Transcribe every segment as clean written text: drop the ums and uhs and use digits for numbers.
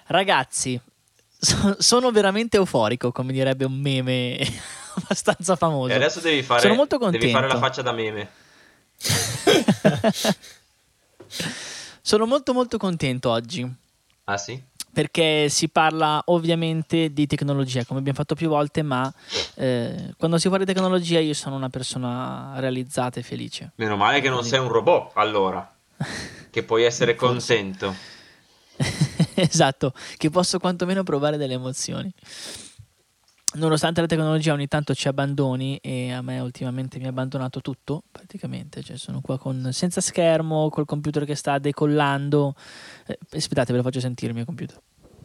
Ragazzi, sono veramente euforico, come direbbe un meme abbastanza famoso. E adesso Sono molto contento. devi fare la faccia da meme. Sono molto molto contento oggi. Ah sì? Perché si parla ovviamente di tecnologia, come abbiamo fatto più volte, ma quando si parla di tecnologia io sono una persona realizzata e felice. Meno male che non sei un robot, allora. Che puoi essere Forse. contento. Esatto, che posso quantomeno provare delle emozioni. Nonostante la tecnologia ogni tanto ci abbandoni, e a me ultimamente mi ha abbandonato tutto, praticamente, cioè sono qua senza schermo, col computer che sta decollando. Aspettate, ve lo faccio sentire il mio computer.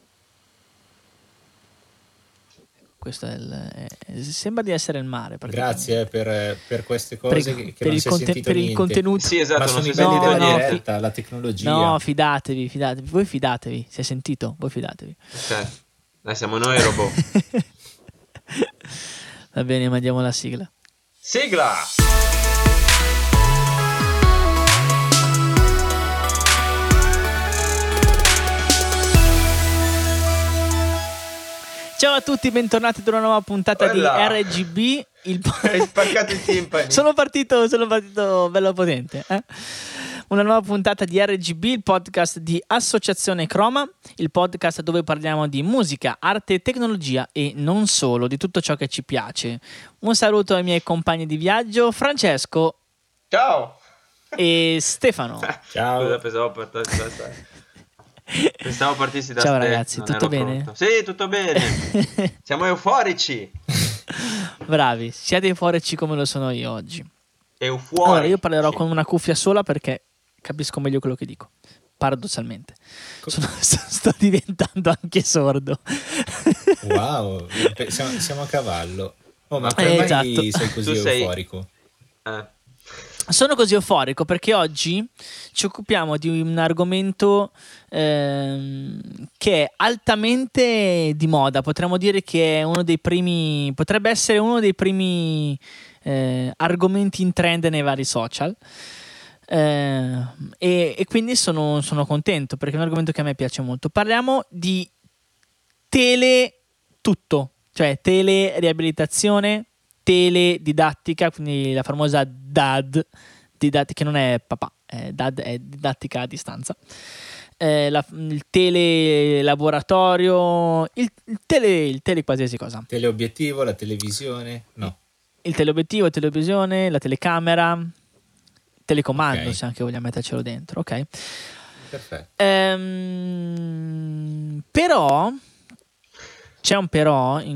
Questo sembra di essere il mare, Grazie per queste cose che per non il si è sentito per il niente. contenuto. Sì, esatto, Ma non sono i si è belli sentito della niente. diretta, la tecnologia. No, fidatevi, voi fidatevi, si è sentito, voi fidatevi. Ok, dai, siamo noi robot. Va bene, mandiamo la sigla. Sigla! Ciao a tutti, bentornati ad una nuova puntata Hola. di RGB. Hai spaccato i timpani. Sono partito bello potente. Una nuova puntata di RGB, il podcast di Associazione Croma, il podcast dove parliamo di musica, arte, tecnologia e non solo, di tutto ciò che ci piace. Un saluto ai miei compagni di viaggio, Francesco. Ciao! E Stefano. Ciao. Scusa, pensavo partissi da Ciao te. ragazzi, non tutto ero bene? Pronto. Sì, tutto bene. Siamo euforici. Bravi, siete euforici come lo sono io oggi. Euforici. Allora, io parlerò con una cuffia sola perché capisco meglio quello che dico. Paradossalmente. Sto diventando anche sordo. Wow, siamo a cavallo. Oh, ma come mai esatto. sei così euforico? Sono così euforico perché oggi ci occupiamo di un argomento che è altamente di moda. Potremmo dire che è uno dei primi, potrebbe essere uno dei primi argomenti in trend nei vari social. E quindi sono contento perché è un argomento che a me piace molto. Parliamo di tutto, cioè teleriabilitazione, teledidattica, quindi la famosa DAD, che non è papà, DAD è didattica a distanza. Il telelaboratorio, il tele qualsiasi cosa. Teleobiettivo, la televisione? No. Il teleobiettivo, la televisione, la telecamera, telecomando, Okay. se anche vogliamo mettercelo dentro, ok? Perfetto. Però c'è un però in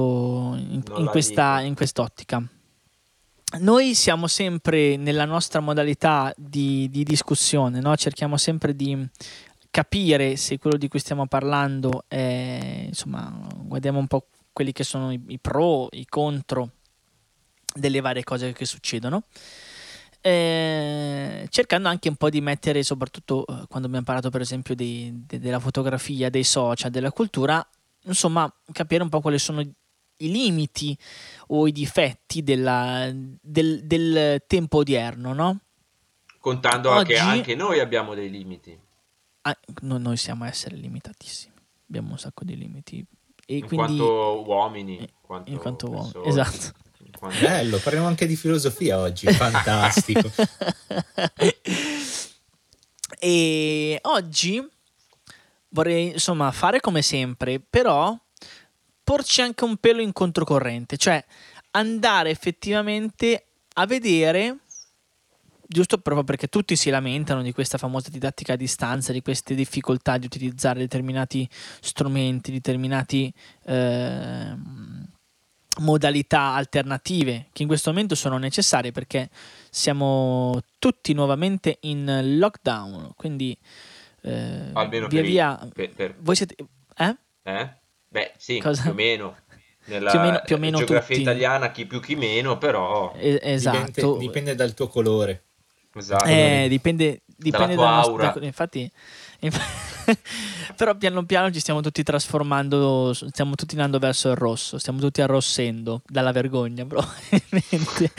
quest'ottica. Noi siamo sempre nella nostra modalità di discussione, no? Cerchiamo sempre di capire se quello di cui stiamo parlando è, insomma, guardiamo un po' quelli che sono i pro, i contro delle varie cose che succedono, cercando anche un po' di mettere, soprattutto quando abbiamo parlato per esempio della fotografia, dei social, della cultura, insomma, capire un po' quali sono i limiti o i difetti del tempo odierno, no? Contando Oggi, che anche noi abbiamo dei limiti. Noi siamo esseri limitatissimi, abbiamo un sacco di limiti. E in quanto uomini, in quanto uomini, persone, esatto. Bello, parliamo anche di filosofia oggi, fantastico. E oggi vorrei, insomma, fare come sempre, però porci anche un pelo in controcorrente, cioè andare effettivamente a vedere, giusto proprio perché tutti si lamentano di questa famosa didattica a distanza, di queste difficoltà di utilizzare determinati strumenti, determinati modalità alternative che in questo momento sono necessarie perché siamo tutti nuovamente in lockdown, quindi almeno via voi siete Beh sì, Cosa? più o meno nella più o meno geografia tutti. italiana, chi più chi meno, però esatto, Dipende dal tuo colore. esatto. Dipende dalla tua aura. Infatti però piano piano ci stiamo tutti trasformando, stiamo tutti andando verso il rosso, stiamo tutti arrossendo dalla vergogna probabilmente.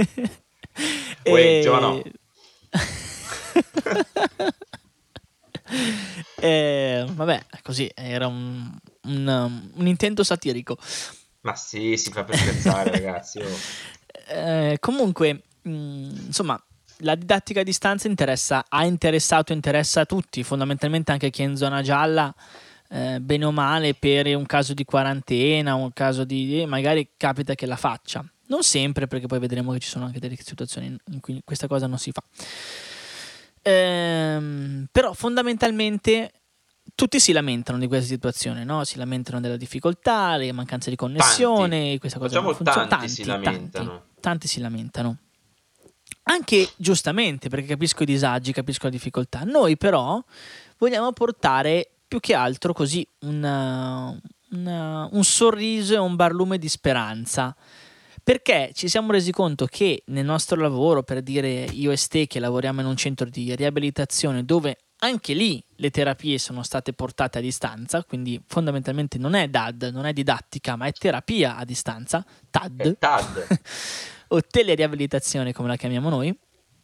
Uè, Giovanni. Vabbè, così era un intento satirico. Ma sì, si fa per scherzare, ragazzi. Oh. Comunque, insomma, la didattica a distanza ha interessato e interessa a tutti, fondamentalmente anche chi è in zona gialla, bene o male, per un caso di quarantena, un caso di magari capita che la faccia. Non sempre, perché poi vedremo che ci sono anche delle situazioni in cui questa cosa non si fa. Però fondamentalmente tutti si lamentano di questa situazione, no? Si lamentano della difficoltà, le mancanze di Tanti, connessione, questa cosa non facciamo funziona. tanti si lamentano. Tanti si lamentano. Anche giustamente, perché capisco i disagi, capisco la difficoltà. Noi però vogliamo portare più che altro così un sorriso e un barlume di speranza. Perché ci siamo resi conto che nel nostro lavoro, per dire io e Ste, che lavoriamo in un centro di riabilitazione dove anche lì le terapie sono state portate a distanza, quindi fondamentalmente non è DAD, non è didattica, ma è terapia a distanza, TAD, TAD. o teleriabilitazione come la chiamiamo noi.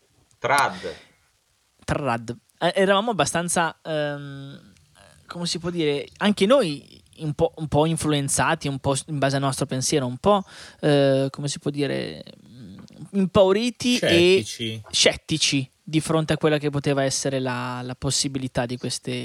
Trad. Eravamo abbastanza, come si può dire, anche noi un po' influenzati, un po' in base al nostro pensiero, un po', come si può dire, impauriti e scettici di fronte a quella che poteva essere la possibilità di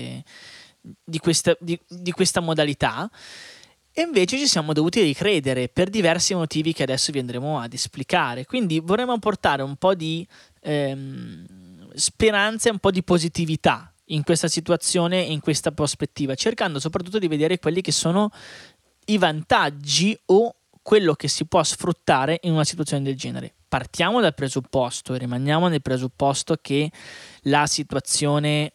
questa modalità. E invece ci siamo dovuti ricredere per diversi motivi che adesso vi andremo ad esplicare. Quindi vorremmo portare un po' di speranza e un po' di positività in questa situazione e in questa prospettiva, cercando soprattutto di vedere quelli che sono i vantaggi o quello che si può sfruttare in una situazione del genere. Partiamo dal presupposto e rimaniamo nel presupposto che la situazione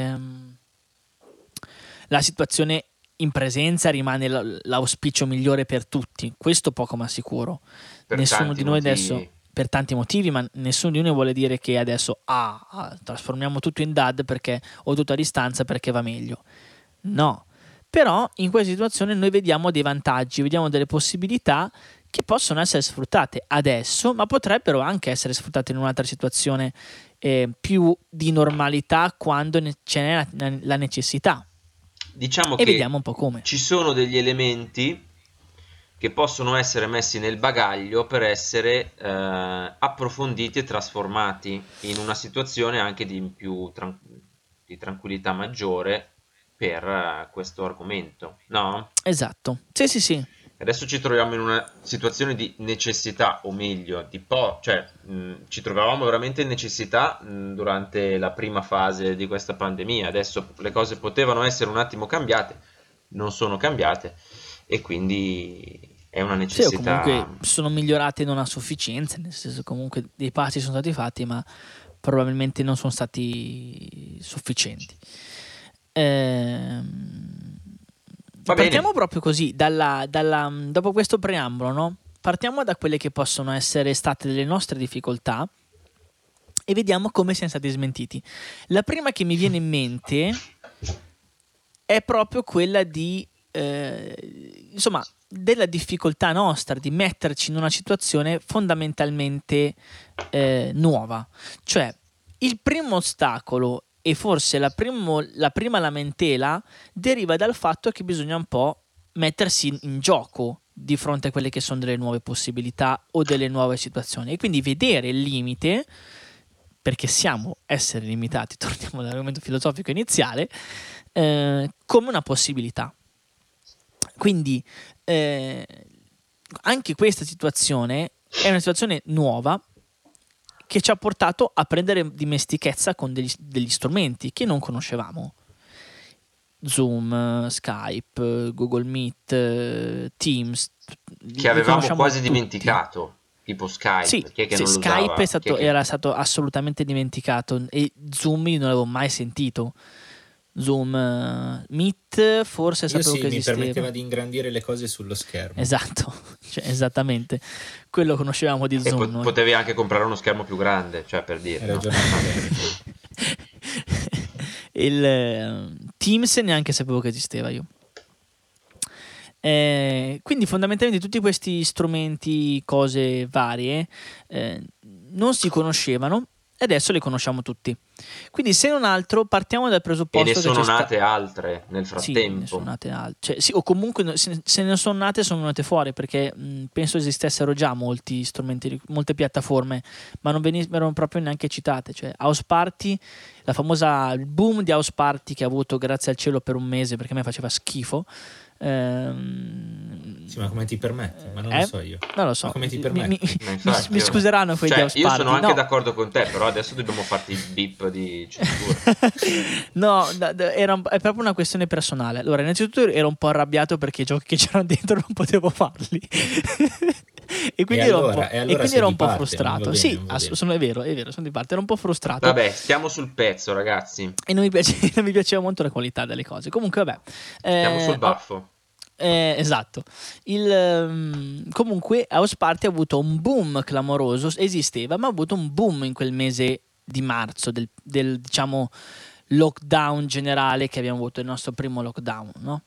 in presenza rimane l'auspicio migliore per tutti, questo poco ma sicuro. Per Nessuno tanti di noi motivi. adesso, per tanti motivi, ma nessuno di noi vuole dire che adesso trasformiamo tutto in DAD o tutto a distanza perché va meglio. No, però in questa situazione noi vediamo dei vantaggi, vediamo delle possibilità che possono essere sfruttate adesso, ma potrebbero anche essere sfruttate in un'altra situazione più di normalità quando ce n'è la necessità. Diciamo E che vediamo un po' come. ci sono degli elementi che possono essere messi nel bagaglio per essere approfonditi e trasformati in una situazione anche di di tranquillità maggiore per questo argomento, no? Esatto. Sì. Adesso ci troviamo in una situazione di necessità, o meglio, cioè ci trovavamo veramente in necessità durante la prima fase di questa pandemia. Adesso le cose potevano essere un attimo cambiate, non sono cambiate e quindi è una Sì, o necessità. comunque sono migliorate non a sufficienza, nel senso comunque dei passi sono stati fatti, ma probabilmente non sono stati sufficienti. Partiamo proprio così, dopo questo preambolo, no? Partiamo da quelle che possono essere state delle nostre difficoltà e vediamo come siamo stati smentiti. La prima che mi viene in mente è proprio quella di, insomma, della difficoltà nostra di metterci in una situazione fondamentalmente nuova. Cioè, il primo ostacolo e forse la prima lamentela deriva dal fatto che bisogna un po' mettersi in gioco di fronte a quelle che sono delle nuove possibilità o delle nuove situazioni e quindi vedere il limite, perché siamo esseri limitati, torniamo all'argomento filosofico iniziale, come una possibilità. Quindi anche questa situazione è una situazione nuova che ci ha portato a prendere dimestichezza con degli strumenti che non conoscevamo. Zoom, Skype, Google Meet, Teams. Che avevamo quasi dimenticato, tipo Skype. Sì, Chi è che non lo Skype usava? era stato assolutamente dimenticato e Zoom io non l'avevo mai sentito. Zoom, Meet forse sapevo che esisteva. Mi permetteva di ingrandire le cose sullo schermo. Esatto, cioè, esattamente. Quello conoscevamo di Zoom. Potevi anche comprare uno schermo più grande, cioè per dire. No? Il Teams neanche sapevo che esisteva io. Quindi fondamentalmente tutti questi strumenti, cose varie, non si conoscevano e adesso le conosciamo tutti. Quindi se non altro partiamo dal E presupposto ne che sono c'è nate altre nel sì, ne sono frattempo. nate altre, o comunque se ne sono nate sono venute fuori perché penso esistessero già molti strumenti, molte piattaforme, ma non venivano proprio neanche citate. Cioè House Party, il boom di House Party che ha avuto grazie al cielo per un mese perché a me faceva schifo. Sì, ma come ti permetti? Ma non lo Eh? so io. Non lo Ma so, come ti mi, permetti? Ma infatti, mi scuseranno quelli di cioè, House io sono Party. anche No, d'accordo con te, però adesso dobbiamo farti il beep di censura. no, è proprio una questione personale. Allora, innanzitutto ero un po' arrabbiato perché i giochi che c'erano dentro non potevo farli. E quindi allora sei ero di un po' parte, non va frustrato. bene, Sì, non va bene. è vero, sono di parte, ero un po' frustrato Vabbè, stiamo sul pezzo, ragazzi. e non mi piaceva molto la qualità delle cose. Comunque, vabbè. Stiamo sul baffo. Esatto. Comunque House Party ha avuto un boom clamoroso, esisteva, ma ha avuto un boom in quel mese di marzo del diciamo lockdown generale che abbiamo avuto, il nostro primo lockdown, no?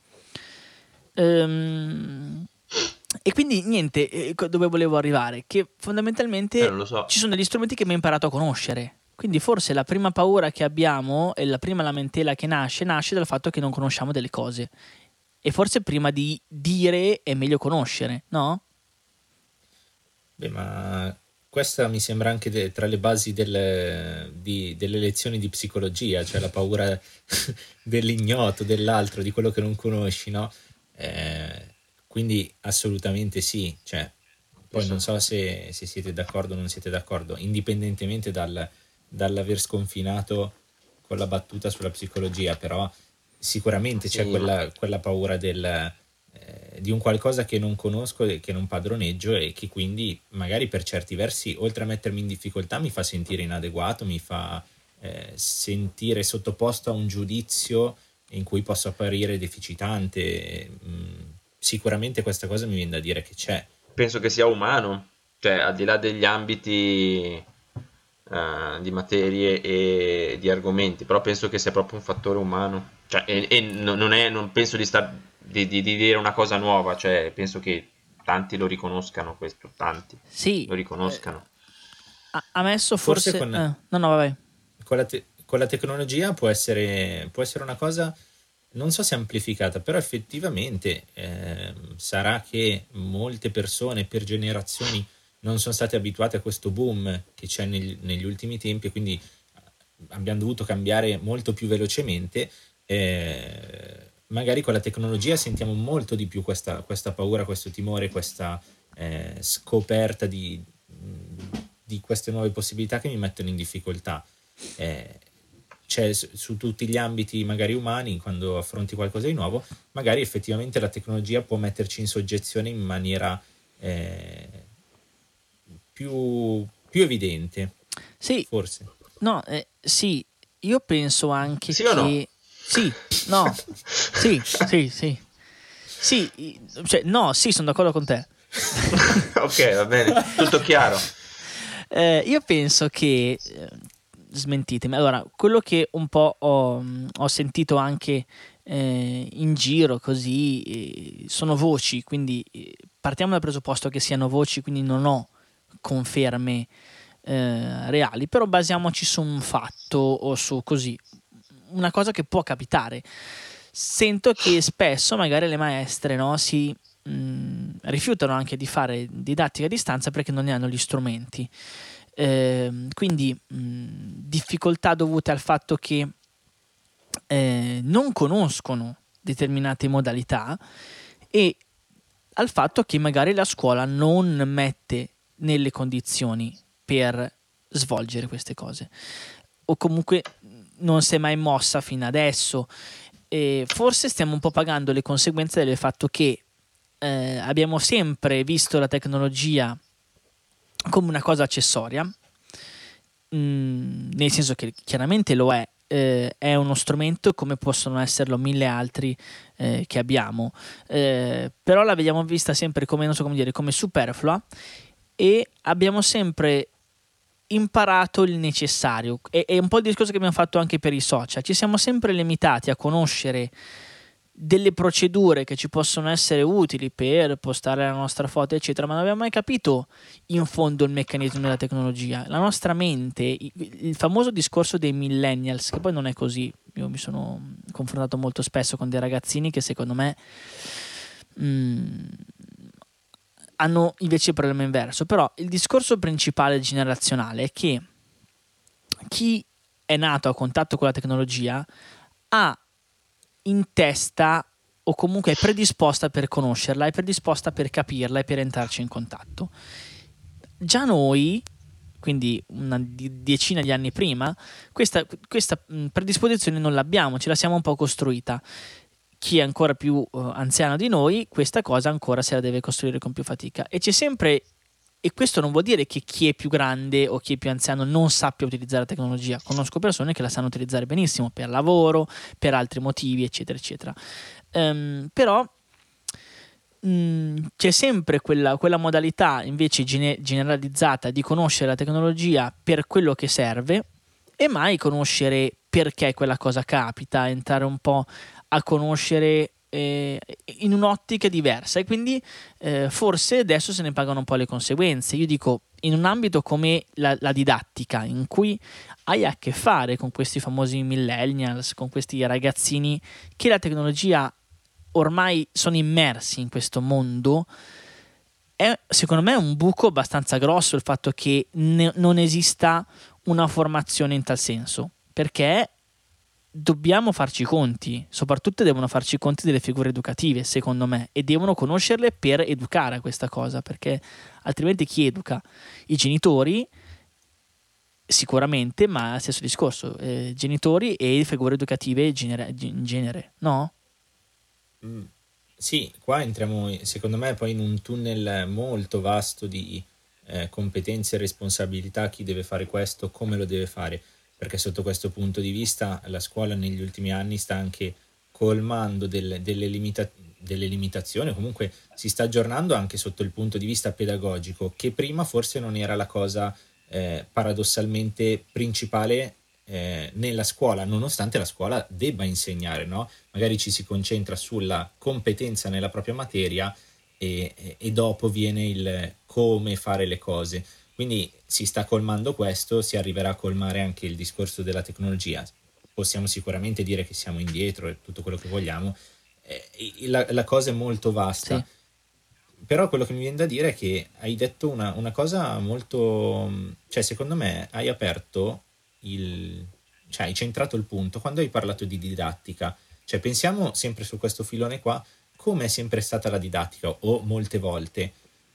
E quindi niente, dove volevo arrivare? Che fondamentalmente Non lo so. ci sono degli strumenti che mi ho imparato a conoscere. Quindi forse la prima paura che abbiamo e la prima lamentela che nasce dal fatto che non conosciamo delle cose. E forse prima di dire è meglio conoscere, no? Beh, ma questa mi sembra anche tra le basi delle lezioni di psicologia, cioè la paura dell'ignoto, dell'altro, di quello che non conosci, no? Quindi assolutamente sì, cioè, poi non so se siete d'accordo o non siete d'accordo, indipendentemente dall'aver sconfinato con la battuta sulla psicologia, però sicuramente c'è Sì, ma quella paura di un qualcosa che non conosco e che non padroneggio e che quindi magari per certi versi, oltre a mettermi in difficoltà, mi fa sentire inadeguato, mi fa sentire sottoposto a un giudizio in cui posso apparire deficitante. Sicuramente questa cosa mi viene da dire che c'è. penso che sia umano, cioè al di là degli ambiti di materie e di argomenti, però penso che sia proprio un fattore umano. Cioè, e non penso di dire una cosa nuova, cioè penso che tanti lo riconoscano questo, tanti Sì, lo riconoscano. ha messo Forse forse... no, no, vabbè. con la tecnologia può essere una cosa, non so se amplificata, però effettivamente sarà che molte persone per generazioni non sono state abituate a questo boom che c'è negli ultimi tempi e quindi abbiamo dovuto cambiare molto più velocemente. Magari con la tecnologia sentiamo molto di più questa paura, questo timore, questa scoperta di queste nuove possibilità che mi mettono in difficoltà. C'è su tutti gli ambiti magari umani, quando affronti qualcosa di nuovo, magari effettivamente la tecnologia può metterci in soggezione in maniera più evidente, Sì, forse. no, sì, io penso anche Sì o no? che... Sì, no, sì, sì, sì. Sì, cioè, no, sì, sono d'accordo con te. Ok, va bene, tutto chiaro. Io penso che, smentitemi, allora, quello che un po' ho sentito anche in giro così, sono voci, quindi partiamo dal presupposto che siano voci, quindi non ho conferme reali, però basiamoci su un fatto o su così, una cosa che può capitare. Sento che spesso magari le maestre, no, si rifiutano anche di fare didattica a distanza perché non ne hanno gli strumenti. Quindi difficoltà dovute al fatto che non conoscono determinate modalità e al fatto che magari la scuola non mette nelle condizioni per svolgere queste cose o comunque non si è mai mossa fino adesso. Forse stiamo un po' pagando le conseguenze del fatto che abbiamo sempre visto la tecnologia come una cosa accessoria, nel senso che chiaramente lo è uno strumento come possono esserlo mille altri che abbiamo, però la vediamo vista sempre come, non so come dire, come superflua e abbiamo sempre imparato il necessario. È un po' il discorso che abbiamo fatto anche per i social, ci siamo sempre limitati a conoscere delle procedure che ci possono essere utili per postare la nostra foto, eccetera, ma non abbiamo mai capito in fondo il meccanismo della tecnologia. La nostra mente, il famoso discorso dei millennials, che poi non è così. Io mi sono confrontato molto spesso con dei ragazzini che secondo me hanno invece il problema inverso. Però il discorso principale generazionale è che chi è nato a contatto con la tecnologia ha in testa, o comunque è predisposta per conoscerla, è predisposta per capirla e per entrarci in contatto. Già noi, quindi una decina di anni prima, questa predisposizione non l'abbiamo, ce la siamo un po' costruita. Chi è ancora più anziano di noi, questa cosa ancora se la deve costruire con più fatica. E c'è sempre, e questo non vuol dire che chi è più grande o chi è più anziano non sappia utilizzare la tecnologia. Conosco persone che la sanno utilizzare benissimo per lavoro, per altri motivi, eccetera, eccetera. Però c'è sempre quella modalità invece generalizzata di conoscere la tecnologia per quello che serve e mai conoscere perché quella cosa capita, entrare un po' a conoscere in un'ottica diversa, e quindi forse adesso se ne pagano un po' le conseguenze. Io dico, in un ambito come la didattica, in cui hai a che fare con questi famosi millennials, con questi ragazzini che la tecnologia ormai sono immersi in questo mondo, secondo me è un buco abbastanza grosso il fatto che non esista una formazione in tal senso, perché dobbiamo farci i conti, soprattutto devono farci i conti delle figure educative, secondo me, e devono conoscerle per educare a questa cosa, perché altrimenti chi educa? I genitori sicuramente, ma stesso discorso, genitori e figure educative in genere, no? Sì, qua entriamo secondo me poi in un tunnel molto vasto di competenze e responsabilità, chi deve fare questo, come lo deve fare, perché sotto questo punto di vista la scuola negli ultimi anni sta anche colmando delle limitazioni, comunque si sta aggiornando anche sotto il punto di vista pedagogico, che prima forse non era la cosa paradossalmente principale nella scuola, nonostante la scuola debba insegnare, no? Magari ci si concentra sulla competenza nella propria materia e dopo viene il come fare le cose. Quindi si sta colmando questo, si arriverà a colmare anche il discorso della tecnologia. Possiamo sicuramente dire che siamo indietro e tutto quello che vogliamo. La cosa è molto vasta. Sì. Però quello che mi viene da dire è che hai detto una cosa molto... Cioè, secondo me hai aperto cioè hai centrato il punto quando hai parlato di didattica. Cioè, pensiamo sempre su questo filone qua, come è sempre stata la didattica, o molte volte.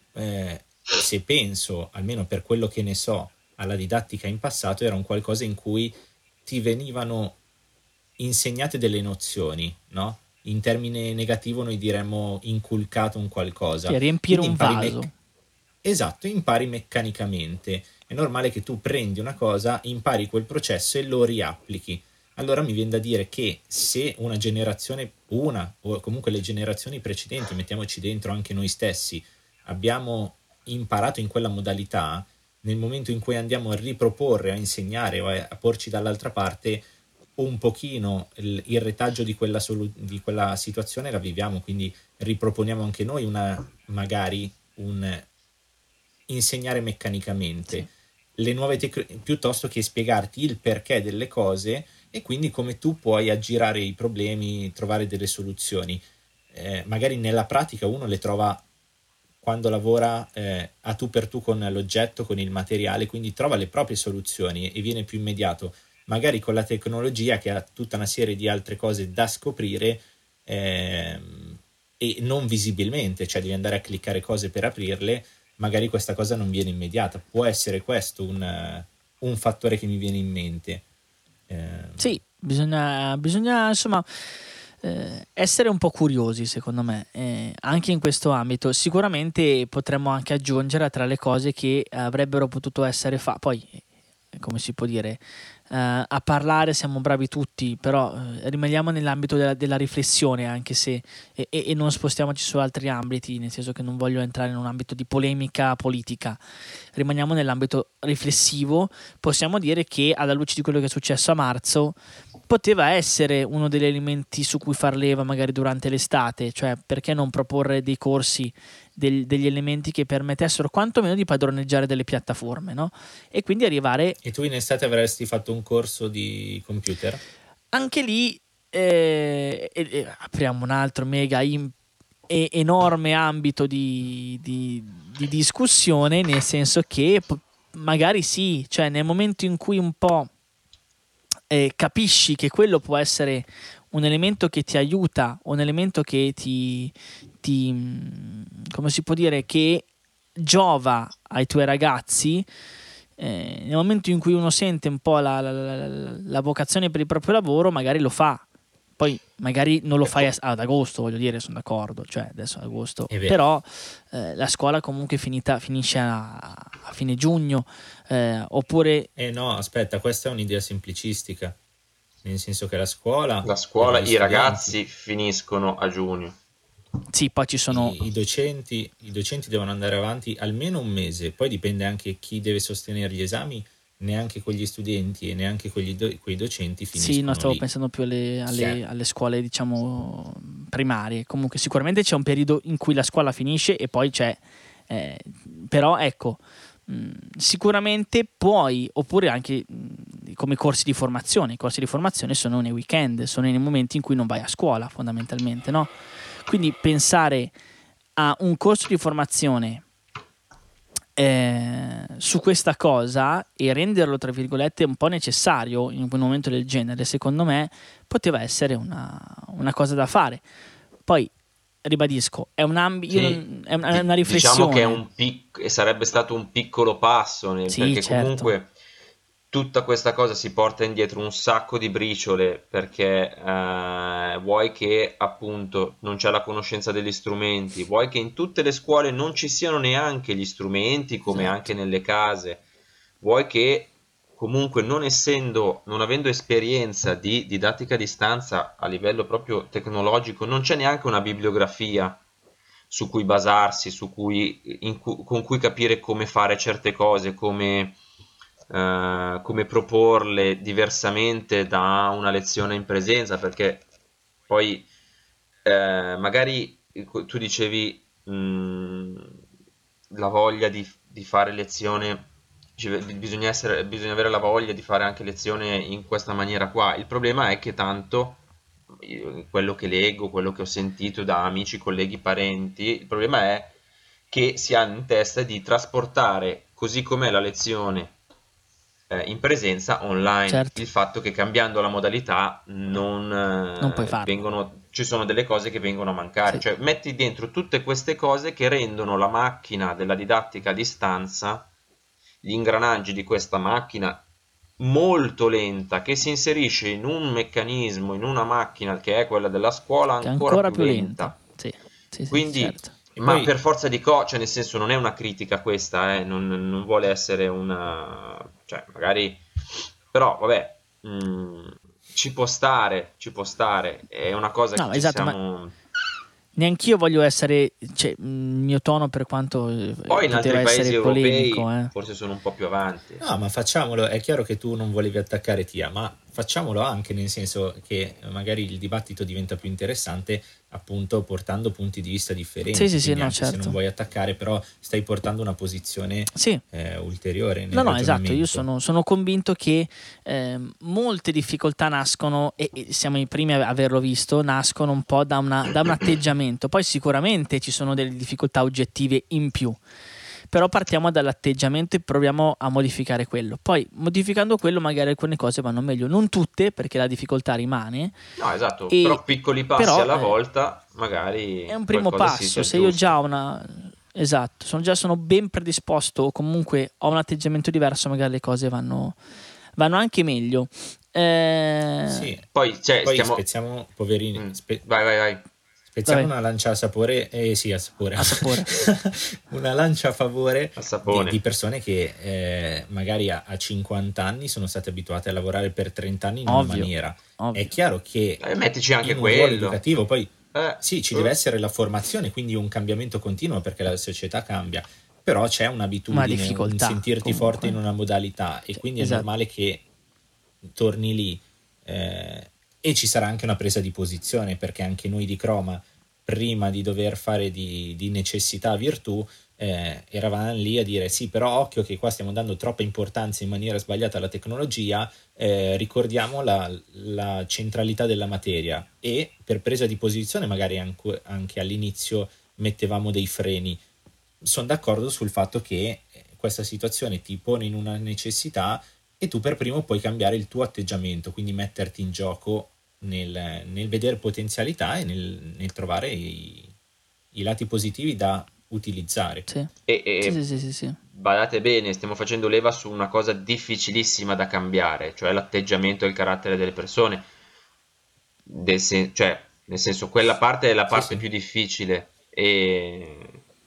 Se penso, almeno per quello che ne so, alla didattica in passato, era un qualcosa in cui ti venivano insegnate delle nozioni, no? In termine negativo noi diremmo inculcato un qualcosa. Sì, riempire Quindi un vaso. Esatto, impari meccanicamente. È normale che tu prendi una cosa, impari quel processo e lo riapplichi. Allora mi viene da dire che se una generazione, o comunque le generazioni precedenti, mettiamoci dentro anche noi stessi, abbiamo imparato in quella modalità, nel momento in cui andiamo a riproporre, a insegnare o a porci dall'altra parte, un pochino il retaggio di quella situazione la viviamo, quindi riproponiamo anche noi magari un insegnare meccanicamente. Sì. Le nuove piuttosto che spiegarti il perché delle cose e quindi come tu puoi aggirare i problemi, trovare delle soluzioni. Magari nella pratica uno le trova quando lavora a tu per tu con l'oggetto, con il materiale, quindi trova le proprie soluzioni e viene più immediato. Magari con la tecnologia che ha tutta una serie di altre cose da scoprire e non visibilmente, cioè devi andare a cliccare cose per aprirle, magari questa cosa non viene immediata. Può essere questo un fattore che mi viene in mente. Sì, bisogna insomma essere un po' curiosi, secondo me, anche in questo ambito. Sicuramente potremmo anche aggiungere tra le cose che avrebbero potuto essere poi, come si può dire, a parlare siamo bravi tutti, però rimaniamo nell'ambito della riflessione, anche se e non spostiamoci su altri ambiti, nel senso che non voglio entrare in un ambito di polemica politica, rimaniamo nell'ambito riflessivo. Possiamo dire che alla luce di quello che è successo a marzo poteva essere uno degli elementi su cui far leva magari durante l'estate, cioè perché non proporre dei corsi, degli elementi che permettessero quantomeno di padroneggiare delle piattaforme, no? E quindi arrivare... E tu in estate avresti fatto un corso di computer? Anche lì apriamo un altro mega enorme ambito di discussione, nel senso che magari sì, cioè nel momento in cui un po' capisci che quello può essere un elemento che ti aiuta, un elemento che ti come si può dire, che giova ai tuoi ragazzi, nel momento in cui uno sente un po' la vocazione per il proprio lavoro, magari lo fa. Poi magari non lo fai ad agosto, voglio dire, sono d'accordo, cioè adesso ad agosto, però la scuola comunque finisce a fine giugno, oppure... no, aspetta, questa è un'idea semplicistica, nel senso che la scuola, i ragazzi finiscono a giugno. Sì, poi ci sono... I docenti devono andare avanti almeno un mese, poi dipende anche chi deve sostenere gli esami. Neanche quegli studenti e neanche quei docenti finiscono. Sì, no, stavo lì. pensando più alle scuole, diciamo, primarie. Comunque sicuramente c'è un periodo in cui la scuola finisce e poi c'è... però ecco, sicuramente puoi, oppure anche come corsi di formazione. I corsi di formazione sono nei weekend, sono nei momenti in cui non vai a scuola, fondamentalmente, no? Quindi pensare a un corso di formazione su questa cosa e renderlo tra virgolette un po' necessario in un momento del genere, secondo me poteva essere una cosa da fare. Poi ribadisco, è un ambito, è una riflessione. Diciamo che sarebbe stato un piccolo passo, perché certo. comunque tutta questa cosa si porta indietro un sacco di briciole, perché vuoi che appunto non c'è la conoscenza degli strumenti, vuoi che in tutte le scuole non ci siano neanche gli strumenti, come anche nelle case, vuoi che comunque non avendo esperienza di didattica a distanza a livello proprio tecnologico, non c'è neanche una bibliografia su cui basarsi, con cui capire come fare certe cose, come proporle diversamente da una lezione in presenza, perché poi magari tu dicevi la voglia di fare lezione, bisogna avere la voglia di fare anche lezione in questa maniera qua. Il problema è che tanto quello che leggo, quello che ho sentito da amici, colleghi, parenti, il problema è che si ha in testa di trasportare così com'è la lezione in presenza online. Certo. Il fatto che cambiando la modalità non puoi farlo. ci sono delle cose che vengono a mancare, cioè metti dentro tutte queste cose che rendono la macchina della didattica a distanza, gli ingranaggi di questa macchina molto lenta, che si inserisce in un meccanismo, in una macchina che è quella della scuola, ancora più lenta. Sì, quindi certo. ma per forza di cioè nel senso, non è una critica questa, non vuole essere una, cioè magari, però vabbè, ci può stare, è una cosa che ci siamo... Neanch'io voglio essere, cioè, il mio tono, per quanto poi in altri paesi polemico, europei forse sono un po' più avanti. No, ma facciamolo, è chiaro che tu non volevi attaccare Tia, ma facciamolo anche, nel senso che magari il dibattito diventa più interessante appunto portando punti di vista differenti. Sì, no, anche certo. Se non vuoi attaccare, però stai portando una posizione ulteriore nel No, esatto, io sono convinto che molte difficoltà nascono, e siamo i primi a averlo visto, nascono un po' da un atteggiamento. Poi sicuramente ci sono delle difficoltà oggettive in più, però partiamo dall'atteggiamento e proviamo a modificare quello. Poi modificando quello magari alcune cose vanno meglio, non tutte, perché la difficoltà rimane. No, esatto, però piccoli passi alla volta magari è un primo passo. Se io già ho sono ben predisposto, o comunque ho un atteggiamento diverso, magari le cose vanno anche meglio. Sì. Poi spezziamo, poverini. Vai. Spezziamo Vabbè. una lancia a sapore, sì, a sapore. A sapore. Una lancia a favore A sapone. di persone che magari a 50 anni sono state abituate a lavorare per 30 anni in una Ovvio, maniera. ovvio. È chiaro che Mettici anche in un ruolo quello. educativo poi sì, ci deve eh. essere la formazione, quindi un cambiamento continuo perché la società cambia, però c'è Una un'abitudine, un difficoltà, sentirti forte in comunque. una modalità e Sì, quindi è esatto. normale che torni lì e ci sarà anche una presa di posizione perché anche noi di Croma prima di dover fare di necessità virtù eravamo lì a dire sì, però occhio che qua stiamo dando troppa importanza in maniera sbagliata alla tecnologia, ricordiamo la centralità della materia e per presa di posizione magari anche all'inizio mettevamo dei freni. Sono d'accordo sul fatto che questa situazione ti pone in una necessità e tu per primo puoi cambiare il tuo atteggiamento, quindi metterti in gioco nel vedere potenzialità e nel trovare i lati positivi da utilizzare. Sì. E Sì. badate bene, stiamo facendo leva su una cosa difficilissima da cambiare, cioè l'atteggiamento e il carattere delle persone. Cioè, nel senso, quella parte è la Sì, parte sì. più difficile e...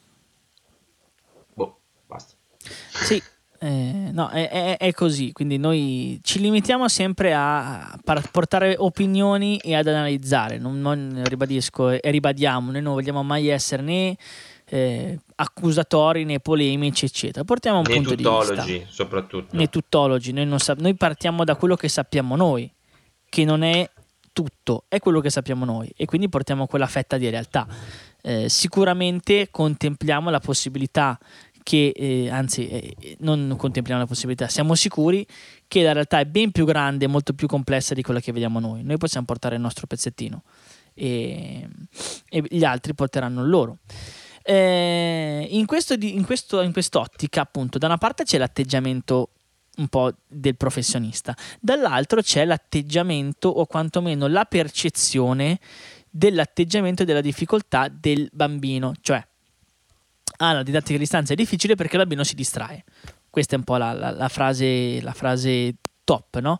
Boh, basta. Sì, no, è così, quindi noi ci limitiamo sempre a portare opinioni e ad analizzare, non ribadisco e ribadiamo, noi non vogliamo mai essere né accusatori né polemici, eccetera. Portiamo un Nei punto di vista, tuttologi, né soprattutto. tuttologi, noi partiamo da quello che sappiamo noi, che non è tutto, è quello che sappiamo noi e quindi portiamo quella fetta di realtà. Sicuramente contempliamo la possibilità che, non contempliamo la possibilità, siamo sicuri che la realtà è ben più grande e molto più complessa di quella che vediamo noi. Noi possiamo portare il nostro pezzettino e gli altri porteranno il loro. In quest'ottica, appunto, da una parte c'è l'atteggiamento un po' del professionista, dall'altro c'è l'atteggiamento o quantomeno la percezione dell'atteggiamento e della difficoltà del bambino, cioè la didattica a distanza è difficile perché il bambino si distrae. Questa è un po' la frase top, no?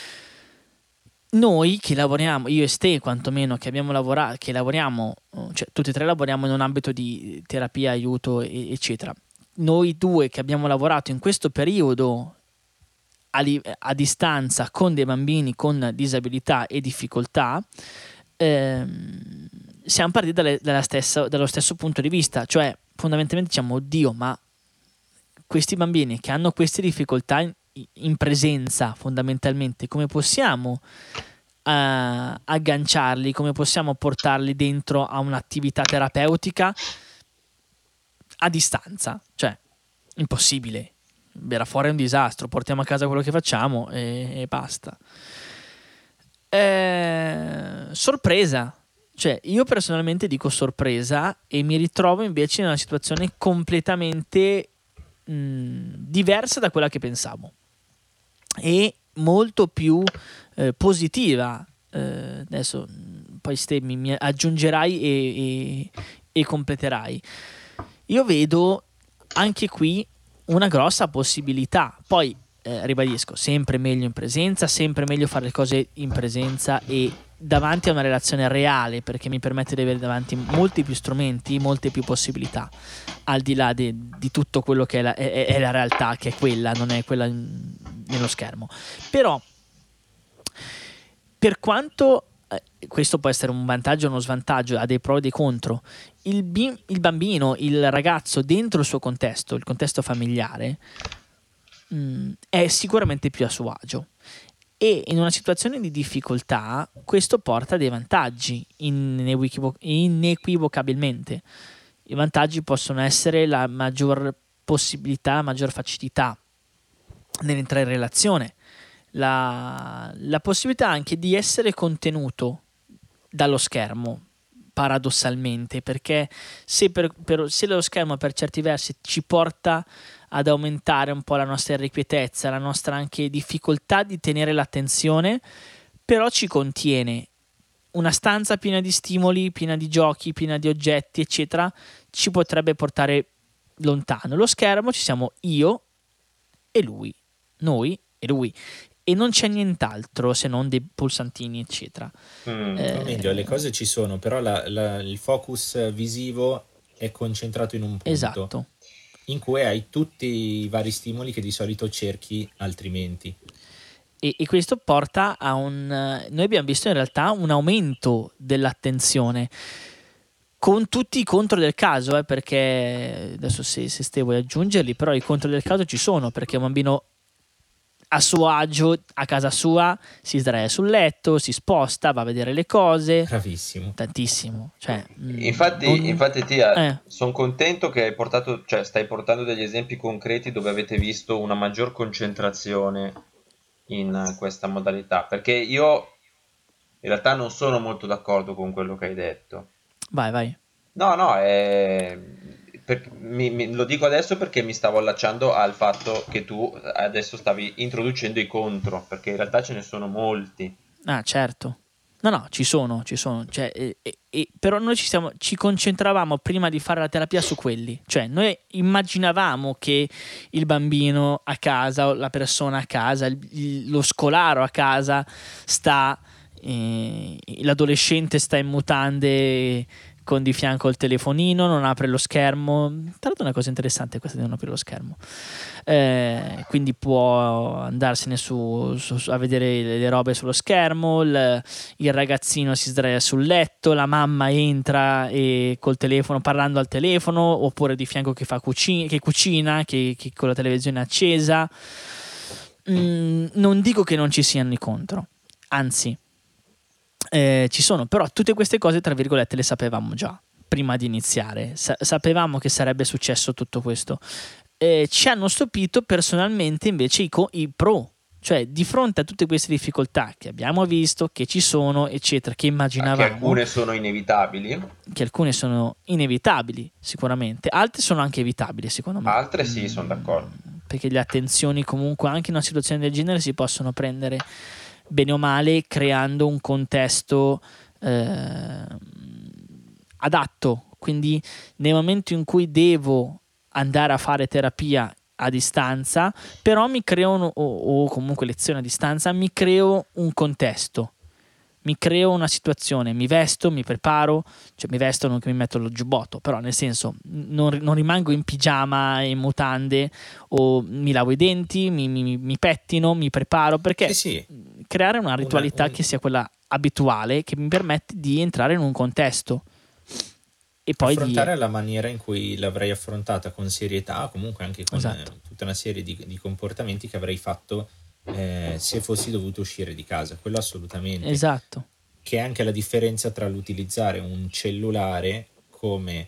Noi che lavoriamo, io e Ste quantomeno, che abbiamo lavorato, che lavoriamo, cioè tutti e tre lavoriamo in un ambito di terapia, aiuto, eccetera. Noi due che abbiamo lavorato in questo periodo a distanza con dei bambini con disabilità e difficoltà, siamo partiti dallo stesso punto di vista, cioè fondamentalmente diciamo, oddio, ma questi bambini che hanno queste difficoltà in presenza fondamentalmente, come possiamo agganciarli, come possiamo portarli dentro a un'attività terapeutica a distanza? Cioè, impossibile, verrà fuori un disastro, portiamo a casa quello che facciamo e basta. Sorpresa, cioè io personalmente dico sorpresa e mi ritrovo invece in una situazione completamente diversa da quella che pensavo e molto più positiva. Adesso poi Ste mi aggiungerai e completerai. Io vedo anche qui una grossa possibilità. Poi ribadisco, sempre meglio in presenza, sempre meglio fare le cose in presenza e davanti a una relazione reale, perché mi permette di avere davanti molti più strumenti, molte più possibilità, al di là di tutto quello che è la realtà, che è quella, non è quella nello schermo. Però, per quanto questo può essere un vantaggio o uno svantaggio, ha dei pro e dei contro, il bambino, il ragazzo dentro il suo contesto, il contesto familiare, è sicuramente più a suo agio e in una situazione di difficoltà questo porta dei vantaggi inequivocabilmente. I vantaggi possono essere la maggior possibilità, la maggior facilità nell'entrare in relazione, la possibilità anche di essere contenuto dallo schermo, paradossalmente, perché se lo schermo per certi versi ci porta ad aumentare un po' la nostra irrequietezza, la nostra anche difficoltà di tenere l'attenzione, però ci contiene. Una stanza piena di stimoli, piena di giochi, piena di oggetti, eccetera, ci potrebbe portare lontano. Lo schermo ci siamo io e lui, noi e lui. e non c'è nient'altro se non dei pulsantini eccetera. O meglio, le cose ci sono, però il focus visivo è concentrato in un punto, esatto, in cui hai tutti i vari stimoli che di solito cerchi altrimenti. e questo porta a noi abbiamo visto in realtà un aumento dell'attenzione con tutti i contro del caso, perché adesso se te vuoi aggiungerli, però i contro del caso ci sono, perché un bambino a suo agio a casa sua si sdraia sul letto, si sposta, va a vedere le cose. Bravissimo. Tantissimo. Cioè, infatti Tia, sono contento che hai portato, cioè stai portando degli esempi concreti dove avete visto una maggior concentrazione in questa modalità, perché io in realtà non sono molto d'accordo con quello che hai detto. Vai. No, lo dico adesso perché mi stavo allacciando al fatto che tu adesso stavi introducendo i contro, perché in realtà ce ne sono molti. Ah, certo. No, ci sono. Cioè, però noi ci concentravamo prima di fare la terapia su quelli. Cioè, noi immaginavamo che il bambino a casa, o la persona a casa, lo scolaro a casa l'adolescente sta in mutande con di fianco il telefonino, non apre lo schermo. Tra l'altro è una cosa interessante questa di non aprire lo schermo. Quindi può andarsene a vedere le robe sullo schermo, il ragazzino si sdraia sul letto, la mamma entra e col telefono, parlando al telefono, oppure di fianco che cucina, che con la televisione accesa. Non dico che non ci siano i contro, anzi ci sono, però tutte queste cose tra virgolette le sapevamo già prima di iniziare, sapevamo che sarebbe successo tutto questo. Ci hanno stupito personalmente invece i pro, cioè di fronte a tutte queste difficoltà che abbiamo visto, che ci sono eccetera, che immaginavamo, che alcune sono inevitabili sicuramente, altre sono anche evitabili secondo me, altre sì, sono d'accordo, perché le attenzioni comunque anche in una situazione del genere si possono prendere bene o male creando un contesto adatto. Quindi nel momento in cui devo andare a fare terapia a distanza, però mi creo o comunque lezione a distanza, mi creo un contesto, mi creo una situazione, mi vesto, mi preparo, cioè mi vesto non che mi metto lo giubbotto, però nel senso non rimango in pigiama e in mutande, o mi lavo i denti, mi pettino, mi preparo, perché sì. creare una ritualità che sia quella abituale, che mi permette di entrare in un contesto e poi affrontare alla maniera in cui l'avrei affrontata, con serietà, comunque anche con tutta una serie di comportamenti che avrei fatto se fossi dovuto uscire di casa, quello assolutamente. Esatto. Che è anche la differenza tra l'utilizzare un cellulare come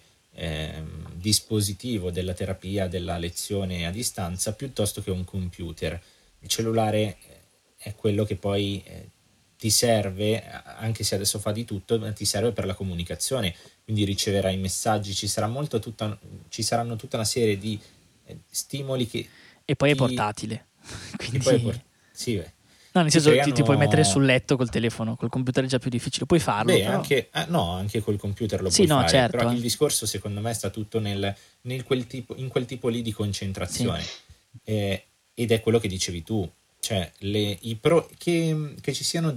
dispositivo della terapia, della lezione a distanza, piuttosto che un computer. Il cellulare è quello che poi ti serve, anche se adesso fa di tutto, ti serve per la comunicazione, quindi riceverai messaggi, ci saranno tutta una serie di stimoli che... E poi è portatile. Quindi... sì, no, nel senso ti puoi mettere sul letto col telefono, col computer è già più difficile, puoi farlo. Beh, però... anche col computer lo puoi fare, certo, però il discorso secondo me sta tutto in quel tipo lì di concentrazione, ed è quello che dicevi tu, cioè i pro, che ci siano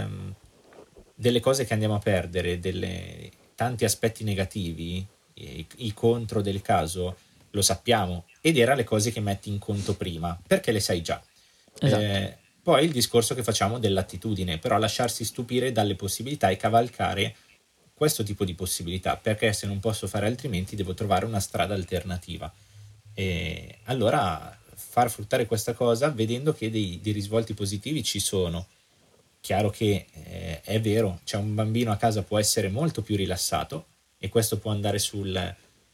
delle cose che andiamo a perdere, tanti aspetti negativi, i contro del caso lo sappiamo, ed era le cose che metti in conto prima perché le sai già. Esatto. Poi il discorso che facciamo dell'attitudine, però lasciarsi stupire dalle possibilità e cavalcare questo tipo di possibilità, perché se non posso fare altrimenti devo trovare una strada alternativa, e allora far fruttare questa cosa vedendo che dei risvolti positivi ci sono. Chiaro che è vero, c'è un bambino a casa può essere molto più rilassato, e questo può andare sullo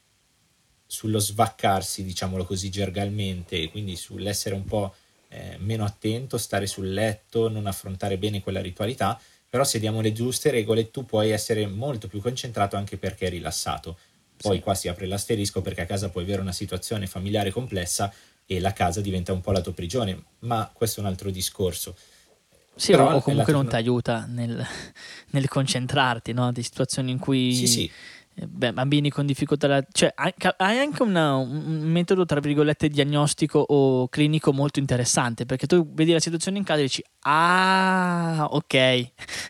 svaccarsi, diciamolo così gergalmente, quindi sull'essere un po' meno attento, stare sul letto, non affrontare bene quella ritualità, però se diamo le giuste regole tu puoi essere molto più concentrato anche perché è rilassato. Poi qua si apre l'asterisco, perché a casa puoi avere una situazione familiare complessa e la casa diventa un po' la tua prigione, ma questo è un altro discorso. Sì, però, o comunque non ti aiuta nel concentrarti, no? Di situazioni in cui bambini con difficoltà, cioè hai anche un metodo tra virgolette diagnostico o clinico molto interessante, perché tu vedi la situazione in casa e dici ah, ok.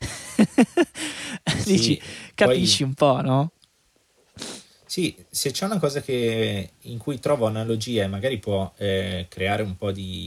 Dici, Sì, capisci poi un po', no? sì, se c'è una cosa in cui trovo analogia e magari può creare un po'